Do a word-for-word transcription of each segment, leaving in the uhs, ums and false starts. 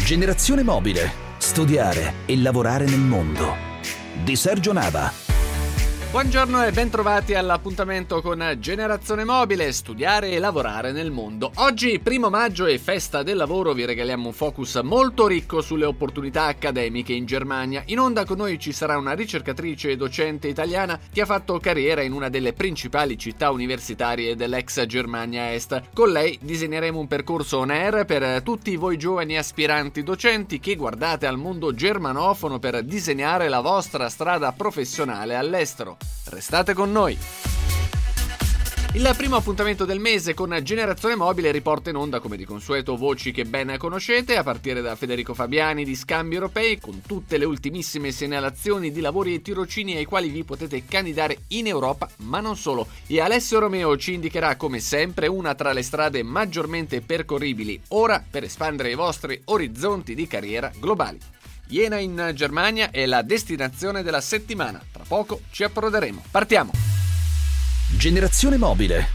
Generazione mobile. Studiare e lavorare nel mondo. Di Sergio Nava. Buongiorno e bentrovati all'appuntamento con Generazione Mobile, studiare e lavorare nel mondo. Oggi, primo maggio e festa del lavoro, vi regaliamo un focus molto ricco sulle opportunità accademiche in Germania. In onda con noi ci sarà una ricercatrice e docente italiana che ha fatto carriera in una delle principali città universitarie dell'ex Germania Est. Con lei disegneremo un percorso on air per tutti voi giovani aspiranti docenti che guardate al mondo germanofono per disegnare la vostra strada professionale all'estero. Restate con noi! Il primo appuntamento del mese con Generazione Mobile riporta in onda, come di consueto, voci che ben conoscete, a partire da Federico Fabiani di Scambi Europei, con tutte le ultimissime segnalazioni di lavori e tirocini ai quali vi potete candidare in Europa, ma non solo. E Alessio Romeo ci indicherà, come sempre, una tra le strade maggiormente percorribili, ora per espandere i vostri orizzonti di carriera globali. Jena in Germania è la destinazione della settimana. Tra poco ci approderemo. Partiamo! Generazione mobile.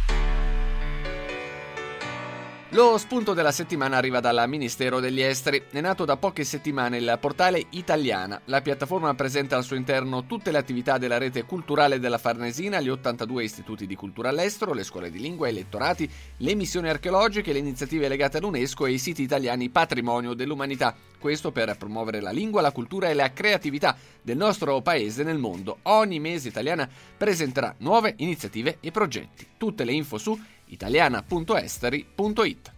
Lo spunto della settimana arriva dal Ministero degli Esteri. È nato da poche settimane il portale Italiana. La piattaforma presenta al suo interno tutte le attività della rete culturale della Farnesina, gli ottantadue istituti di cultura all'estero, le scuole di lingua, i lettorati, le missioni archeologiche, le iniziative legate all'UNESCO e i siti italiani patrimonio dell'umanità. Questo per promuovere la lingua, la cultura e la creatività del nostro paese nel mondo. Ogni mese Italiana presenterà nuove iniziative e progetti. Tutte le info su italiana punto esteri punto it.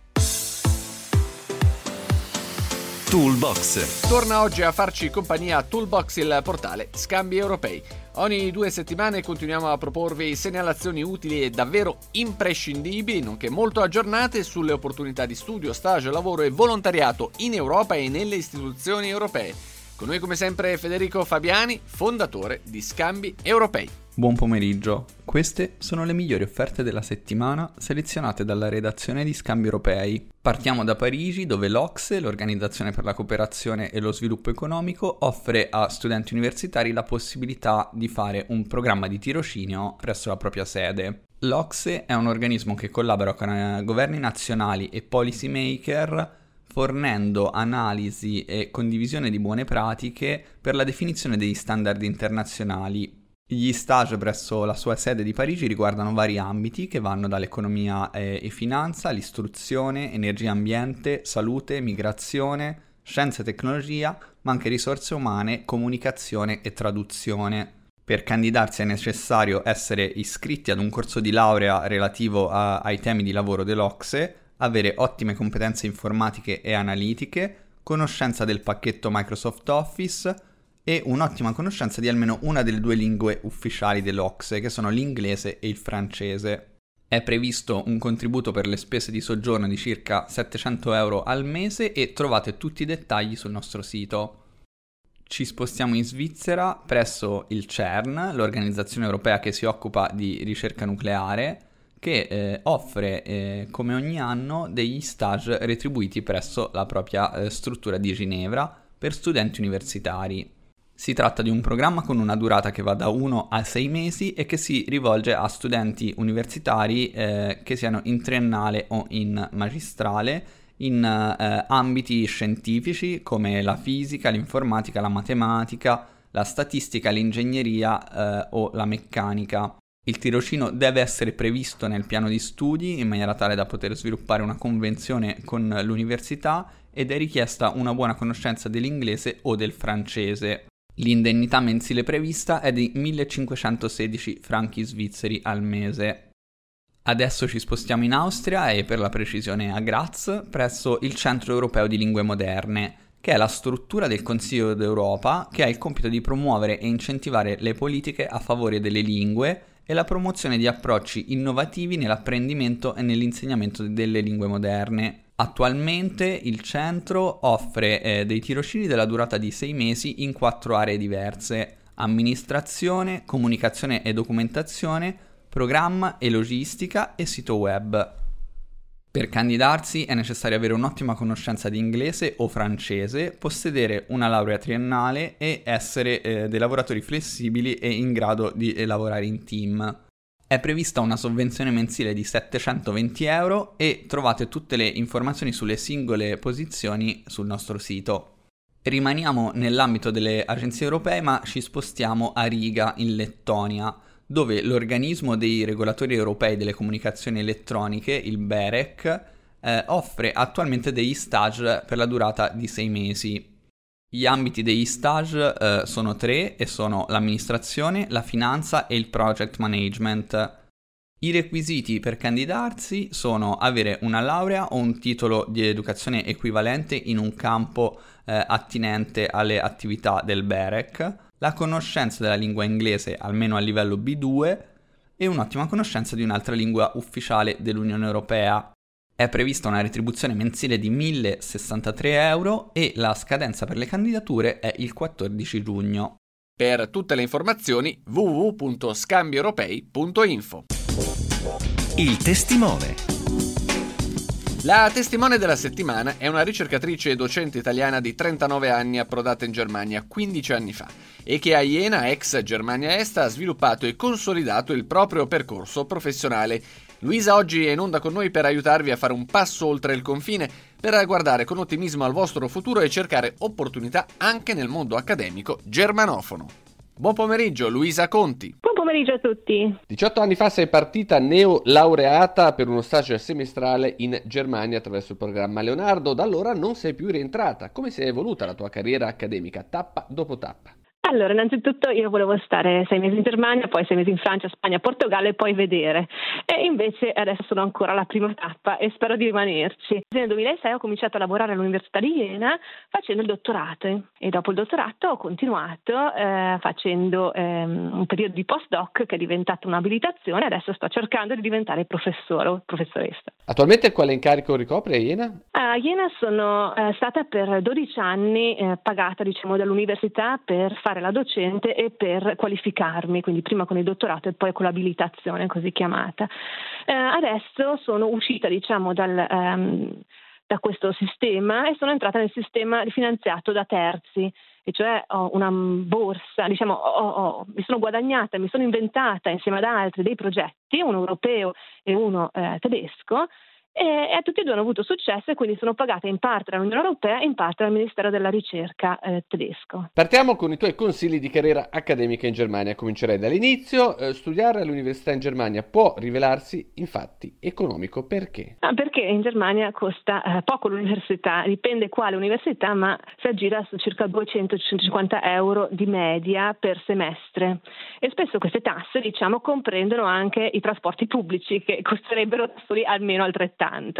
Toolbox. Torna oggi a farci compagnia Toolbox, il portale Scambi Europei. Ogni due settimane continuiamo a proporvi segnalazioni utili e davvero imprescindibili, nonché molto aggiornate sulle opportunità di studio, stage, lavoro e volontariato in Europa e nelle istituzioni europee. Con noi come sempre Federico Fabiani, fondatore di Scambi Europei. Buon pomeriggio, queste sono le migliori offerte della settimana selezionate dalla redazione di Scambi Europei. Partiamo da Parigi, dove l'O C S E, l'Organizzazione per la Cooperazione e lo Sviluppo Economico, offre a studenti universitari la possibilità di fare un programma di tirocinio presso la propria sede. L'O C S E è un organismo che collabora con governi nazionali e policy maker, fornendo analisi e condivisione di buone pratiche per la definizione degli standard internazionali. Gli stage presso la sua sede di Parigi riguardano vari ambiti che vanno dall'economia e finanza, all'istruzione, energia e ambiente, salute, migrazione, scienza e tecnologia, ma anche risorse umane, comunicazione e traduzione. Per candidarsi è necessario essere iscritti ad un corso di laurea relativo a, ai temi di lavoro dell'O C S E, avere ottime competenze informatiche e analitiche, conoscenza del pacchetto Microsoft Office e un'ottima conoscenza di almeno una delle due lingue ufficiali dell'O C S E, che sono l'inglese e il francese. È previsto un contributo per le spese di soggiorno di circa settecento euro al mese e trovate tutti i dettagli sul nostro sito. Ci spostiamo in Svizzera presso il CERN, l'organizzazione europea che si occupa di ricerca nucleare, che eh, offre eh, come ogni anno degli stage retribuiti presso la propria eh, struttura di Ginevra per studenti universitari. Si tratta di un programma con una durata che va da uno a sei mesi e che si rivolge a studenti universitari eh, che siano in triennale o in magistrale in eh, ambiti scientifici come la fisica, l'informatica, la matematica, la statistica, l'ingegneria eh, o la meccanica. Il tirocinio deve essere previsto nel piano di studi in maniera tale da poter sviluppare una convenzione con l'università ed è richiesta una buona conoscenza dell'inglese o del francese. L'indennità mensile prevista è di millecinquecentosedici franchi svizzeri al mese. Adesso ci spostiamo in Austria e per la precisione a Graz, presso il Centro Europeo di Lingue Moderne, che è la struttura del Consiglio d'Europa che ha il compito di promuovere e incentivare le politiche a favore delle lingue e la promozione di approcci innovativi nell'apprendimento e nell'insegnamento delle lingue moderne. Attualmente il centro offre eh, dei tirocini della durata di sei mesi in quattro aree diverse: amministrazione, comunicazione e documentazione, programma e logistica e sito web. Per candidarsi è necessario avere un'ottima conoscenza di inglese o francese, possedere una laurea triennale e essere eh, dei lavoratori flessibili e in grado di eh, lavorare in team. È prevista una sovvenzione mensile di settecentoventi euro e trovate tutte le informazioni sulle singole posizioni sul nostro sito. Rimaniamo nell'ambito delle agenzie europee, ma ci spostiamo a Riga, in Lettonia, dove l'organismo dei regolatori europei delle comunicazioni elettroniche, il BEREC, eh, offre attualmente degli stage per la durata di sei mesi. Gli ambiti degli stage eh, sono tre e sono l'amministrazione, la finanza e il project management. I requisiti per candidarsi sono avere una laurea o un titolo di educazione equivalente in un campo eh, attinente alle attività del BEREC, la conoscenza della lingua inglese almeno a livello B due e un'ottima conoscenza di un'altra lingua ufficiale dell'Unione Europea. È prevista una retribuzione mensile di mille sessantatré euro e la scadenza per le candidature è il quattordici giugno. Per tutte le informazioni w w w punto scambieuropei punto info. Il testimone. La testimone della settimana è una ricercatrice e docente italiana di trentanove anni approdata in Germania quindici anni fa e che a Jena, ex Germania Est, ha sviluppato e consolidato il proprio percorso professionale. Luisa oggi è in onda con noi per aiutarvi a fare un passo oltre il confine, per guardare con ottimismo al vostro futuro e cercare opportunità anche nel mondo accademico germanofono. Buon pomeriggio, Luisa Conti. Buon pomeriggio a tutti. diciotto anni fa sei partita neolaureata per uno stage semestrale in Germania attraverso il programma Leonardo. Da allora non sei più rientrata. Come si è evoluta la tua carriera accademica, tappa dopo tappa? Allora, innanzitutto io volevo stare sei mesi in Germania, poi sei mesi in Francia, Spagna, Portogallo e poi vedere. E invece adesso sono ancora alla prima tappa e spero di rimanerci. Nel duemilasei ho cominciato a lavorare all'Università di Jena facendo il dottorato e dopo il dottorato ho continuato eh, facendo ehm, un periodo di postdoc che è diventato un'abilitazione. Adesso sto cercando di diventare professore o professoressa. Attualmente quale incarico ricopri a Jena? A Jena sono eh, stata per dodici anni eh, pagata diciamo dall'università per fare la docente e per qualificarmi, quindi prima con il dottorato e poi con l'abilitazione così chiamata. Eh, adesso sono uscita diciamo dal, ehm, da questo sistema e sono entrata nel sistema finanziato da terzi, e cioè ho una borsa, diciamo ho, ho, mi sono guadagnata, mi sono inventata insieme ad altri dei progetti, uno europeo e uno eh, tedesco, e, e tutti e due hanno avuto successo e quindi sono pagate in parte dall'Unione Europea e in parte dal Ministero della Ricerca eh, tedesco. Partiamo con i tuoi consigli di carriera accademica in Germania. Comincerei dall'inizio. Eh, studiare all'università in Germania può rivelarsi infatti economico. Perché? Ah, perché in Germania costa eh, poco l'università, dipende quale università, ma si aggira su circa duecento centocinquanta euro di media per semestre e spesso queste tasse diciamo comprendono anche i trasporti pubblici che costerebbero da soli almeno altrettanto.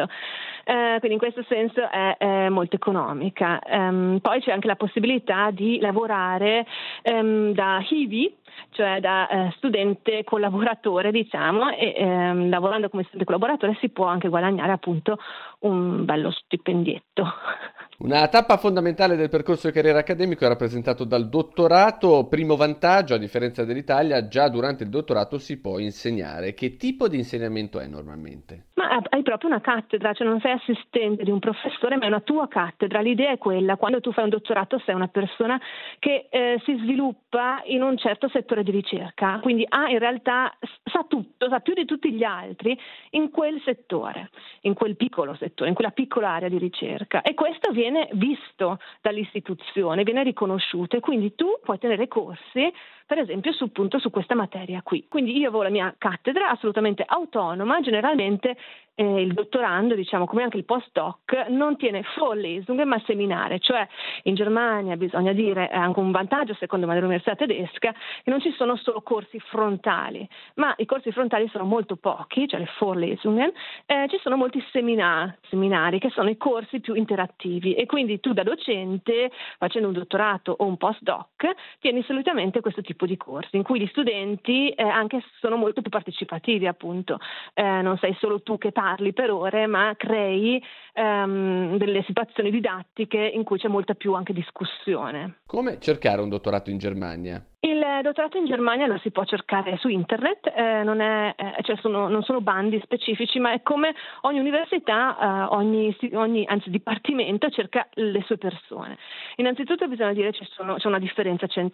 Eh, quindi in questo senso è, è molto economica. Um, poi c'è anche la possibilità di lavorare um, da Hiwi, cioè da eh, studente collaboratore diciamo, e ehm, lavorando come studente collaboratore si può anche guadagnare appunto un bello stipendietto. Una tappa fondamentale del percorso di carriera accademico è rappresentato dal dottorato. Primo vantaggio, a differenza dell'Italia, già durante il dottorato si può insegnare. Che tipo di insegnamento è normalmente? Ma hai proprio una cattedra, cioè non sei assistente di un professore, ma è una tua cattedra. L'idea è quella: quando tu fai un dottorato sei una persona che eh, si sviluppa in un certo settore di ricerca, quindi ha in realtà sa tutto, sa più di tutti gli altri in quel settore, in quel piccolo settore, in quella piccola area di ricerca, e questo viene visto dall'istituzione, viene riconosciuto, e quindi tu puoi tenere corsi per esempio su, appunto, su questa materia qui. Quindi io avevo la mia cattedra assolutamente autonoma. Generalmente eh, il dottorando, diciamo come anche il postdoc, non tiene Vorlesung ma seminare, cioè in Germania bisogna dire, è anche un vantaggio secondo me dell'università tedesca, che non ci sono solo corsi frontali, ma i corsi frontali sono molto pochi, cioè le Vorlesungen, eh, ci sono molti seminar, seminari che sono i corsi più interattivi, e quindi tu da docente facendo un dottorato o un postdoc tieni solitamente questo tipo di corsi in cui gli studenti eh, anche sono molto più partecipativi, appunto eh, non sei solo tu che parli per ore, ma crei ehm, delle situazioni didattiche in cui c'è molta più anche discussione. Come cercare un dottorato in Germania? Il dottorato in Germania lo si può cercare su internet, eh, non, è, eh, cioè sono, non sono bandi specifici, ma è come ogni università, eh, ogni, ogni anzi dipartimento cerca le sue persone. Innanzitutto bisogna dire che c'è, sono, c'è una differenza centrale.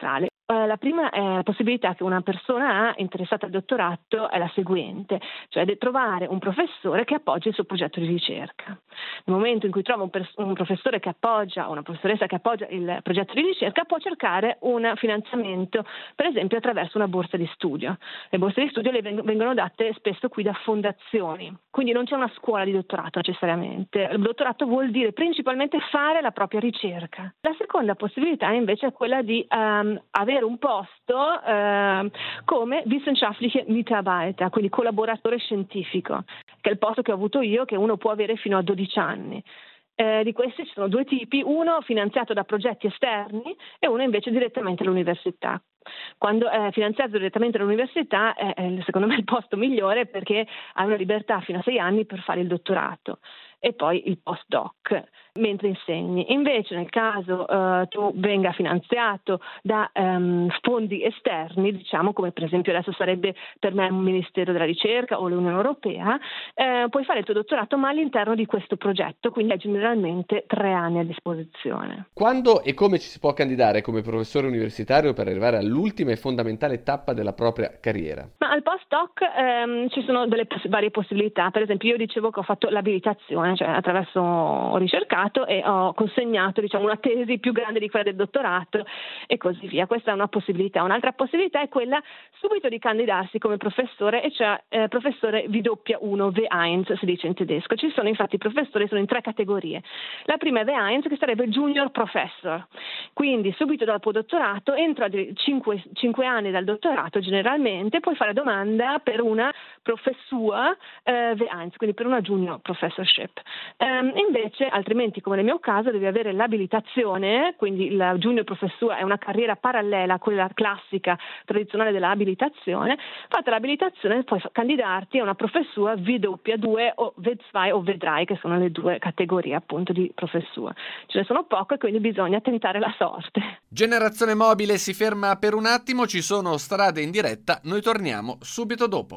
Eh, la prima è la possibilità che una persona ha interessata al dottorato è la seguente, cioè di trovare un professore che appoggia il suo progetto di ricerca. Nel momento in cui trova un, pers- un professore che appoggia o una professoressa che appoggia il progetto di ricerca, può cercare un finanziamento, per esempio attraverso una borsa di studio. Le borse di studio le veng- vengono date spesso qui da fondazioni, quindi non c'è una scuola di dottorato necessariamente. Il dottorato vuol dire principalmente fare la propria ricerca. La seconda possibilità invece è quella di um, avere un posto uh, come wissenschaftliche Mitarbeiter, quindi collaboratore scientifico, che è il posto che ho avuto io, che uno può avere fino a dodici anni. Eh, di questi ci sono due tipi, uno finanziato da progetti esterni e uno invece direttamente all'università. Quando è finanziato direttamente all'università è, è secondo me il posto migliore, perché ha una libertà fino a sei anni per fare il dottorato e poi il postdoc mentre insegni. Invece nel caso uh, tu venga finanziato da um, fondi esterni, diciamo come per esempio adesso sarebbe per me un Ministero della Ricerca o l'Unione Europea, eh, puoi fare il tuo dottorato ma all'interno di questo progetto, quindi hai generalmente tre anni a disposizione. Quando e come ci si può candidare come professore universitario per arrivare all'ultima e fondamentale tappa della propria carriera? Ma al postdoc ehm, ci sono delle poss- varie possibilità. Per esempio io dicevo che ho fatto l'abilitazione, cioè attraverso ho ricercato e ho consegnato diciamo una tesi più grande di quella del dottorato e così via. Questa è una possibilità. Un'altra possibilità è quella subito di candidarsi come professore, e cioè eh, professore V uno, V uno si dice in tedesco. Ci sono infatti i professori, sono in tre categorie. La prima è V uno, che sarebbe Junior Professor, quindi subito dopo dottorato, entro cinque anni dal dottorato generalmente, puoi fare domanda per una professura eh, V uno, quindi per una Junior Professorship. Um, invece, altrimenti, come nel mio caso, devi avere l'abilitazione, quindi la Junior Professura è una carriera parallela a quella classica tradizionale dell'abilitazione. Fatta l'abilitazione puoi candidarti a una professura V due o V due o V tre, che sono le due categorie appunto di professura. Ce ne sono poche, quindi bisogna tentare la sorte. Generazione Mobile si ferma per un attimo, ci sono strade in diretta, noi torniamo subito dopo.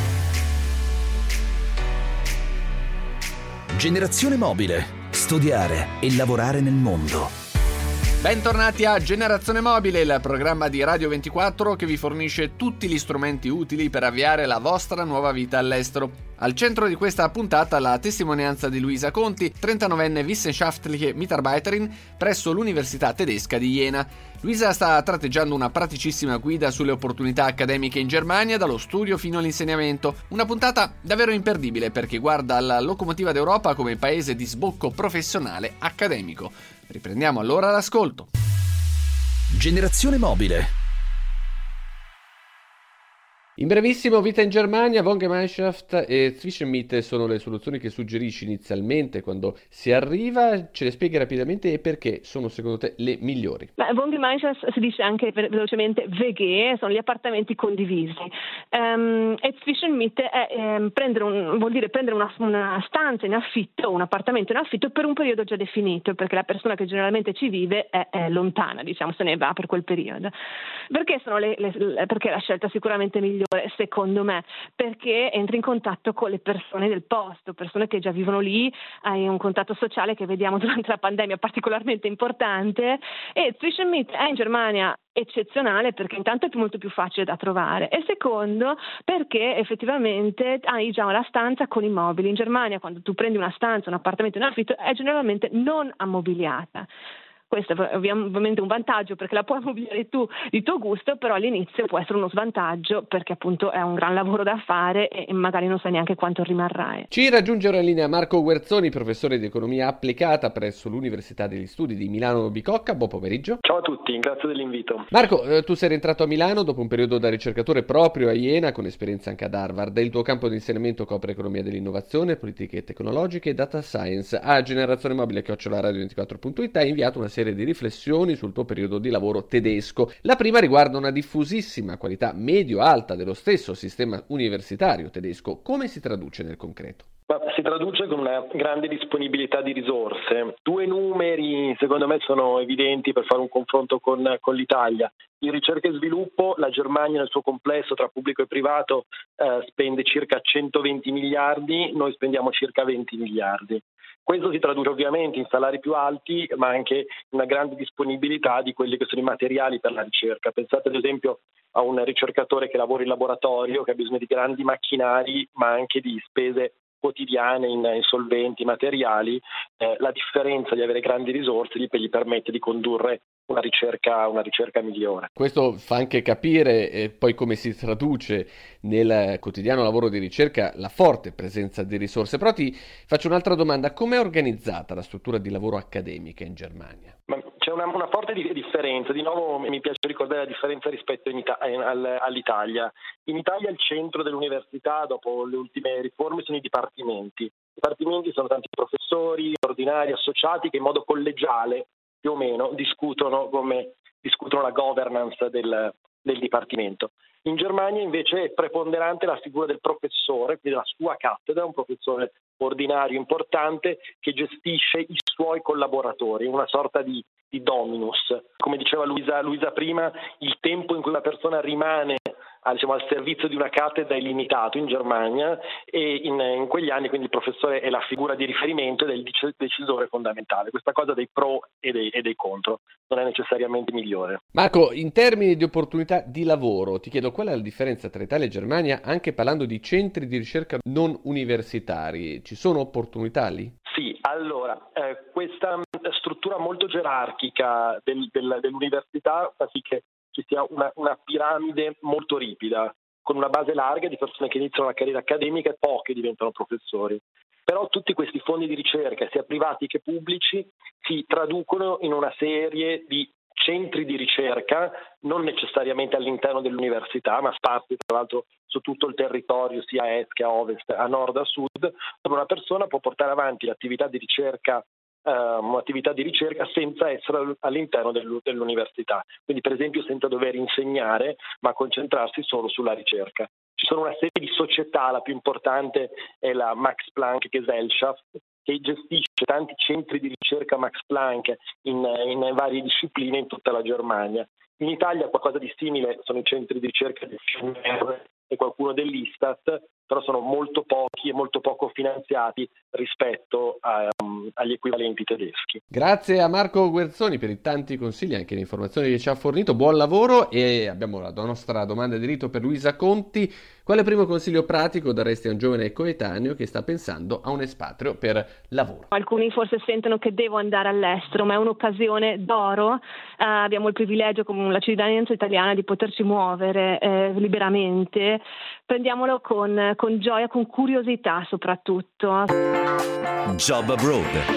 Generazione Mobile. Studiare e lavorare nel mondo. Bentornati a Generazione Mobile, il programma di Radio ventiquattro che vi fornisce tutti gli strumenti utili per avviare la vostra nuova vita all'estero. Al centro di questa puntata la testimonianza di Luisa Conti, trentanovenne wissenschaftliche Mitarbeiterin presso l'Università tedesca di Jena. Luisa sta tratteggiando una praticissima guida sulle opportunità accademiche in Germania, dallo studio fino all'insegnamento. Una puntata davvero imperdibile perché guarda alla locomotiva d'Europa come paese di sbocco professionale accademico. Riprendiamo allora l'ascolto. Generazione Mobile. In brevissimo, vita in Germania, Wohngemeinschaft e Zwischenmiete sono le soluzioni che suggerisci inizialmente quando si arriva. Ce le spieghi rapidamente e perché sono secondo te le migliori? Beh, Wohngemeinschaft si dice anche velocemente V G, sono gli appartamenti condivisi. Um, e Zwischenmiete è, um, prendere un, vuol dire prendere una, una stanza in affitto, un appartamento in affitto per un periodo già definito, perché la persona che generalmente ci vive è, è lontana, diciamo, se ne va per quel periodo. Perché sono le, le, perché la scelta sicuramente migliore? Secondo me, perché entri in contatto con le persone del posto, persone che già vivono lì, hai un contatto sociale che vediamo durante la pandemia particolarmente importante, e Zwischenmiete è in Germania eccezionale perché intanto è molto più facile da trovare e secondo perché effettivamente hai già una stanza con i mobili. In Germania quando tu prendi una stanza, un appartamento in affitto è generalmente non ammobiliata. Questo è ovviamente un vantaggio perché la puoi ammobiliare tu di tuo gusto, però all'inizio può essere uno svantaggio perché appunto è un gran lavoro da fare e magari non sai neanche quanto rimarrai. Ci raggiunge ora in linea Marco Guerzoni, professore di economia applicata presso l'Università degli Studi di Milano Bicocca. Buon pomeriggio. Ciao a tutti, grazie dell'invito. Marco, eh, tu sei rientrato a Milano dopo un periodo da ricercatore proprio a Jena, con esperienza anche ad Harvard. Il tuo campo di insegnamento copre economia dell'innovazione, politiche tecnologiche e data science. A Generazione Mobile chiocciola radio ventiquattro punto it hai inviato una serie di riflessioni sul tuo periodo di lavoro tedesco. La prima riguarda una diffusissima qualità medio-alta dello stesso sistema universitario tedesco. Come si traduce nel concreto? Ma si traduce con una grande disponibilità di risorse. Due numeri secondo me sono evidenti per fare un confronto con, con l'Italia. In ricerca e sviluppo la Germania nel suo complesso tra pubblico e privato eh, spende circa centoventi miliardi, noi spendiamo circa venti miliardi. Questo si traduce ovviamente in salari più alti, ma anche in una grande disponibilità di quelli che sono i materiali per la ricerca. Pensate ad esempio a un ricercatore che lavora in laboratorio, che ha bisogno di grandi macchinari, ma anche di spese quotidiane in, in solventi, materiali. Eh, la differenza di avere grandi risorse gli, gli permette di condurre una ricerca, una ricerca migliore. Questo fa anche capire eh, poi come si traduce nel quotidiano lavoro di ricerca la forte presenza di risorse. Però ti faccio un'altra domanda: com'è organizzata la struttura di lavoro accademica in Germania? Ma c'è una, una forte differenza, di nuovo mi piace ricordare la differenza rispetto in Ita- all'Italia. In Italia il centro dell'università, dopo le ultime riforme, sono i dipartimenti. I dipartimenti sono tanti professori, ordinari, associati che in modo collegiale più o meno discutono come discutono la governance del, del dipartimento. In Germania invece è preponderante la figura del professore, quindi la sua cattedra, un professore ordinario importante che gestisce i suoi collaboratori, una sorta di, di dominus. Come diceva Luisa, Luisa prima, il tempo in cui una persona rimane diciamo, al servizio di una cattedra è limitato in Germania, e in, in quegli anni quindi il professore è la figura di riferimento ed è il decisore fondamentale. Questa cosa dei pro e dei, e dei contro non è necessariamente migliore. Marco, in termini di opportunità di lavoro, ti chiedo qual è la differenza tra Italia e Germania, anche parlando di centri di ricerca non universitari. Ci sono opportunità lì? Sì, allora, eh, questa struttura molto gerarchica del, del, dell'università fa sì che ci sia una, una piramide molto ripida, con una base larga di persone che iniziano la carriera accademica e poche diventano professori. Però tutti questi fondi di ricerca, sia privati che pubblici, si traducono in una serie di centri di ricerca, non necessariamente all'interno dell'università, ma sparsi tra l'altro su tutto il territorio, sia a est che a ovest, a nord, a sud, dove una persona può portare avanti l'attività di ricerca un'attività di ricerca senza essere all'interno dell'università, quindi per esempio senza dover insegnare ma concentrarsi solo sulla ricerca. Ci sono una serie di società, la più importante è la Max Planck Gesellschaft, che gestisce tanti centri di ricerca Max Planck in, in varie discipline in tutta la Germania. In Italia qualcosa di simile sono i centri di ricerca del C N R e qualcuno dell'Istat, però sono molto pochi e molto poco finanziati rispetto a, um, agli equivalenti tedeschi. Grazie a Marco Guerzoni per i tanti consigli e anche le informazioni che ci ha fornito. Buon lavoro, e abbiamo la nostra domanda di rito per Luisa Conti. Quale primo consiglio pratico daresti a un giovane coetaneo che sta pensando a un espatrio per lavoro? Alcuni forse sentono che devo andare all'estero, ma è un'occasione d'oro. Eh, abbiamo il privilegio con la cittadinanza italiana di poterci muovere eh, liberamente. Prendiamolo con, con gioia, con curiosità soprattutto. Job Abroad.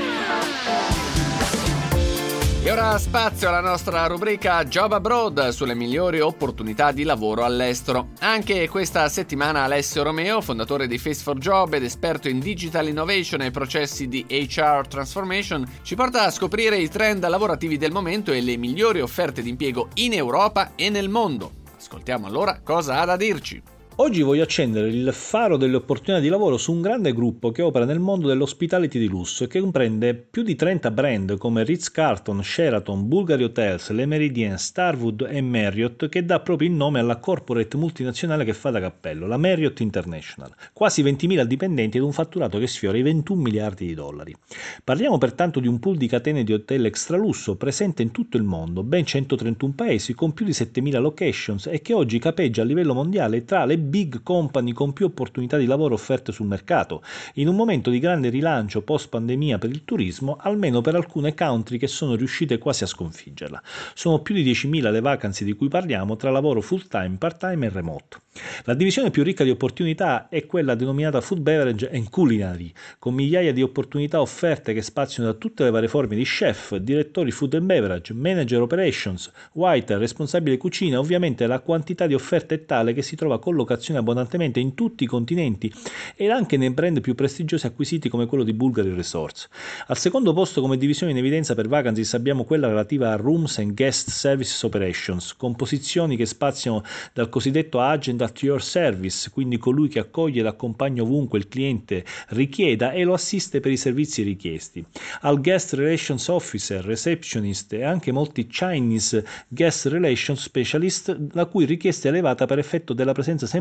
E ora spazio alla nostra rubrica Job Abroad sulle migliori opportunità di lavoro all'estero. Anche questa settimana Alessio Romeo, fondatore di Face for Job ed esperto in Digital Innovation e processi di H R Transformation, ci porta a scoprire i trend lavorativi del momento e le migliori offerte di impiego in Europa e nel mondo. Ascoltiamo allora cosa ha da dirci. Oggi voglio accendere il faro delle opportunità di lavoro su un grande gruppo che opera nel mondo dell'hospitality di lusso e che comprende più di trenta brand come Ritz-Carlton, Sheraton, Bulgari Hotels, Le Méridien, Starwood e Marriott, che dà proprio il nome alla corporate multinazionale che fa da cappello, la Marriott International. Quasi ventimila dipendenti ed un fatturato che sfiora i ventuno miliardi di dollari. Parliamo pertanto di un pool di catene di hotel extralusso presente in tutto il mondo, ben centotrentuno paesi con più di settemila locations, e che oggi capeggia a livello mondiale tra le big company con più opportunità di lavoro offerte sul mercato, in un momento di grande rilancio post pandemia per il turismo, almeno per alcune country che sono riuscite quasi a sconfiggerla. Sono più di diecimila le vacanze di cui parliamo tra lavoro full time, part time e remote. La divisione più ricca di opportunità è quella denominata Food Beverage and Culinary, con migliaia di opportunità offerte che spaziano da tutte le varie forme di chef, direttori food and beverage, manager operations, waiter, responsabile cucina. Ovviamente la quantità di offerte è tale che si trova collocazione abbondantemente in tutti i continenti ed anche nei brand più prestigiosi acquisiti come quello di Bulgari Resorts. Al secondo posto come divisione in evidenza per vacancies abbiamo quella relativa a Rooms and Guest Services Operations, con posizioni che spaziano dal cosiddetto Agent at Your Service, quindi colui che accoglie e accompagna ovunque il cliente richieda e lo assiste per i servizi richiesti, al Guest Relations Officer, Receptionist e anche molti Chinese Guest Relations Specialist, la cui richiesta è elevata per effetto della presenza sempre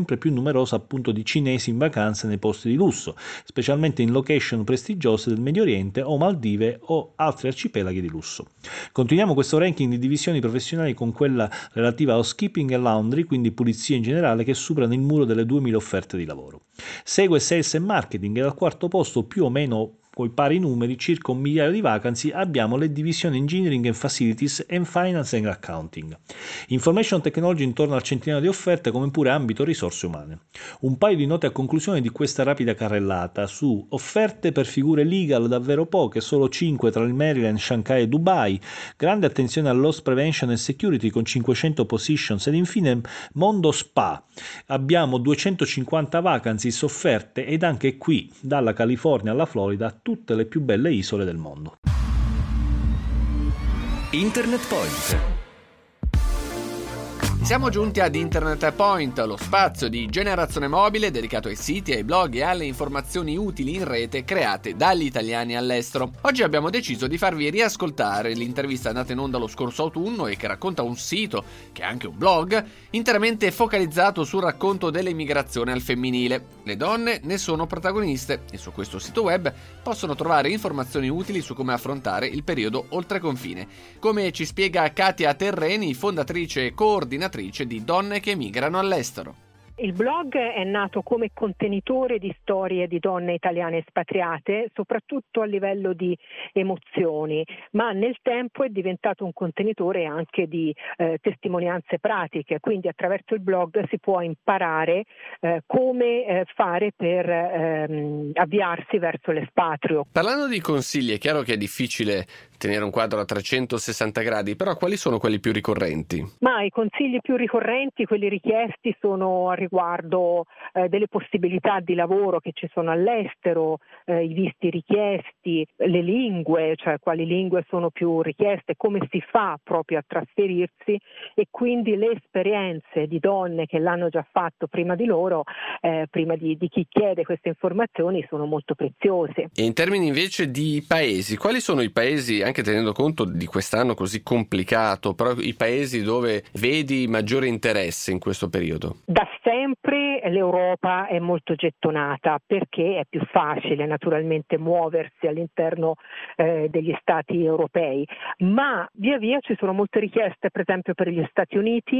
sempre più numerosa appunto di cinesi in vacanza nei posti di lusso, specialmente in location prestigiose del Medio Oriente o Maldive o altri arcipelaghi di lusso. Continuiamo questo ranking di divisioni professionali con quella relativa a housekeeping e laundry, quindi pulizia in generale, che superano il muro delle duemila offerte di lavoro. Segue sales e marketing e al quarto posto, più o meno coi pari numeri, circa un migliaio di vacancy, abbiamo le divisioni Engineering and Facilities e Finance and Accounting. Information Technology intorno al centinaio di offerte, come pure ambito risorse umane. Un paio di note a conclusione di questa rapida carrellata: su offerte per figure legal davvero poche, solo cinque tra il Maryland, Shanghai e Dubai, grande attenzione al loss prevention and security con cinquecento positions, ed infine mondo spa. Abbiamo duecentocinquanta vacancies offerte, ed anche qui, dalla California alla Florida, tutte le più belle isole del mondo. Internet Point. Siamo giunti ad Internet Point, lo spazio di Generazione Mobile dedicato ai siti, ai blog e alle informazioni utili in rete create dagli italiani all'estero. Oggi abbiamo deciso di farvi riascoltare l'intervista andata in onda lo scorso autunno e che racconta un sito, che è anche un blog, interamente focalizzato sul racconto dell'immigrazione al femminile. Le donne ne sono protagoniste e su questo sito web possono trovare informazioni utili su come affrontare il periodo oltre confine. Come ci spiega Katia Terreni, fondatrice e coordinatrice di Donne che emigrano all'estero. Il blog è nato come contenitore di storie di donne italiane espatriate, soprattutto a livello di emozioni, ma nel tempo è diventato un contenitore anche di eh, testimonianze pratiche, quindi attraverso il blog si può imparare eh, come eh, fare per ehm, avviarsi verso l'espatrio. Parlando di consigli, è chiaro che è difficile tenere un quadro a trecentosessanta gradi, però quali sono quelli più ricorrenti? Ma i consigli più ricorrenti, quelli richiesti, sono a riguardo eh, delle possibilità di lavoro che ci sono all'estero, eh, i visti richiesti, le lingue, cioè quali lingue sono più richieste, come si fa proprio a trasferirsi, e quindi le esperienze di donne che l'hanno già fatto prima di loro, eh, prima di, di chi chiede queste informazioni, sono molto preziose. E in termini invece di paesi, quali sono i paesi, anche tenendo conto di quest'anno così complicato, però i paesi dove vedi maggiore interesse in questo periodo? Da sempre l'Europa è molto gettonata perché è più facile naturalmente muoversi all'interno eh, degli stati europei, ma via via ci sono molte richieste, per esempio per gli Stati Uniti,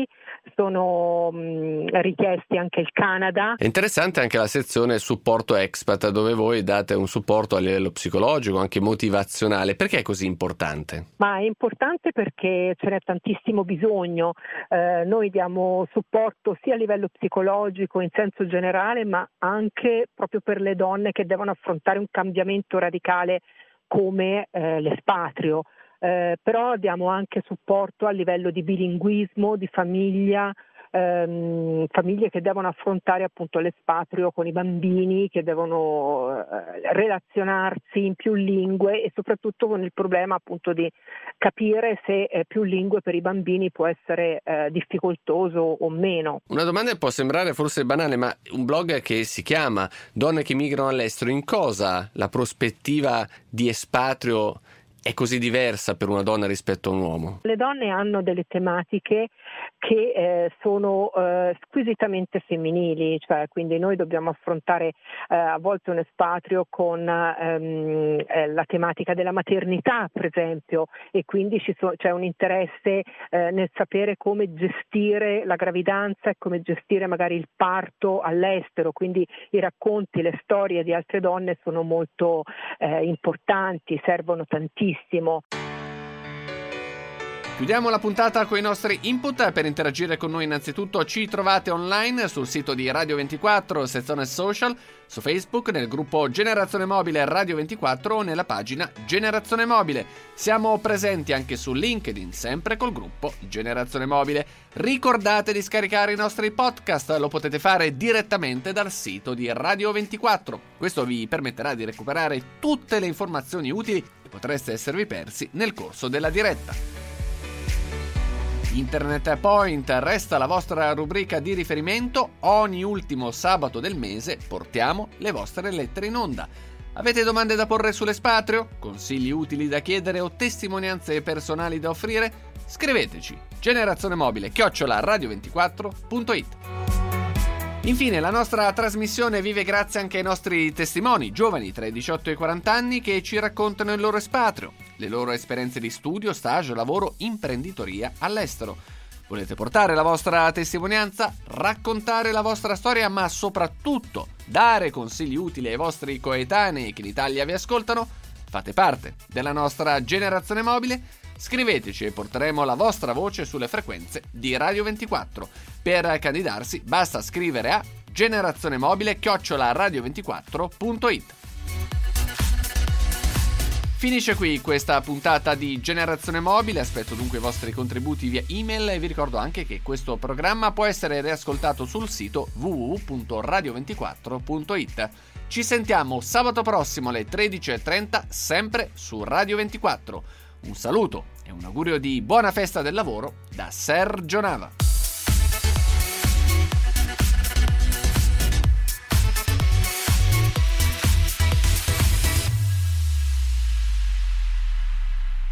sono mh, richiesti anche il Canada. È interessante anche la sezione supporto expat, dove voi date un supporto a livello psicologico, anche motivazionale. Perché è così importante? Ma è importante perché ce n'è tantissimo bisogno. Eh, noi diamo supporto sia a livello psicologico in senso generale, ma anche proprio per le donne che devono affrontare un cambiamento radicale come eh, l'espatrio. Eh, però diamo anche supporto a livello di bilinguismo, di famiglia, ehm, famiglie che devono affrontare appunto l'espatrio con i bambini, che devono eh, relazionarsi in più lingue, e soprattutto con il problema appunto di capire se eh, più lingue per i bambini può essere eh, difficoltoso o meno. Una domanda può sembrare forse banale, ma un blog che si chiama Donne che migrano all'estero, in cosa la prospettiva di espatrio è così diversa per una donna rispetto a un uomo? Le donne hanno delle tematiche che eh, sono eh, squisitamente femminili, cioè quindi noi dobbiamo affrontare eh, a volte un espatrio con ehm, eh, la tematica della maternità, per esempio, e quindi ci so- c'è un interesse eh, nel sapere come gestire la gravidanza e come gestire magari il parto all'estero, quindi i racconti, le storie di altre donne sono molto eh, importanti, servono tantissimo. Chiudiamo la puntata con i nostri input. Per interagire con noi innanzitutto ci trovate online sul sito di Radio ventiquattro, sezione social, su Facebook, nel gruppo Generazione Mobile Radio ventiquattro o nella pagina Generazione Mobile. Siamo presenti anche su LinkedIn, sempre col gruppo Generazione Mobile. Ricordate di scaricare i nostri podcast, lo potete fare direttamente dal sito di Radio ventiquattro. Questo vi permetterà di recuperare tutte le informazioni utili che potreste esservi persi nel corso della diretta. Internet Point resta la vostra rubrica di riferimento. Ogni ultimo sabato del mese portiamo le vostre lettere in onda. Avete domande da porre sull'espatrio? Consigli utili da chiedere o testimonianze personali da offrire? Scriveteci generazione mobile chiocciola radio ventiquattro punto it. Infine, la nostra trasmissione vive grazie anche ai nostri testimoni, giovani tra i diciotto e i quaranta anni, che ci raccontano il loro espatrio, le loro esperienze di studio, stage, lavoro, imprenditoria all'estero. Volete portare la vostra testimonianza, raccontare la vostra storia, ma soprattutto dare consigli utili ai vostri coetanei che in Italia vi ascoltano? Fate parte della nostra generazione mobile? Scriveteci e porteremo la vostra voce sulle frequenze di Radio ventiquattro. Per candidarsi basta scrivere a generazionemobile chiocciola radio ventiquattro punto it. Finisce qui questa puntata di Generazione Mobile, aspetto dunque i vostri contributi via email e vi ricordo anche che questo programma può essere riascoltato sul sito w w w punto radio ventiquattro punto it. Ci sentiamo sabato prossimo alle tredici e trenta sempre su Radio ventiquattro. Un saluto e un augurio di buona festa del lavoro da Sergio Nava.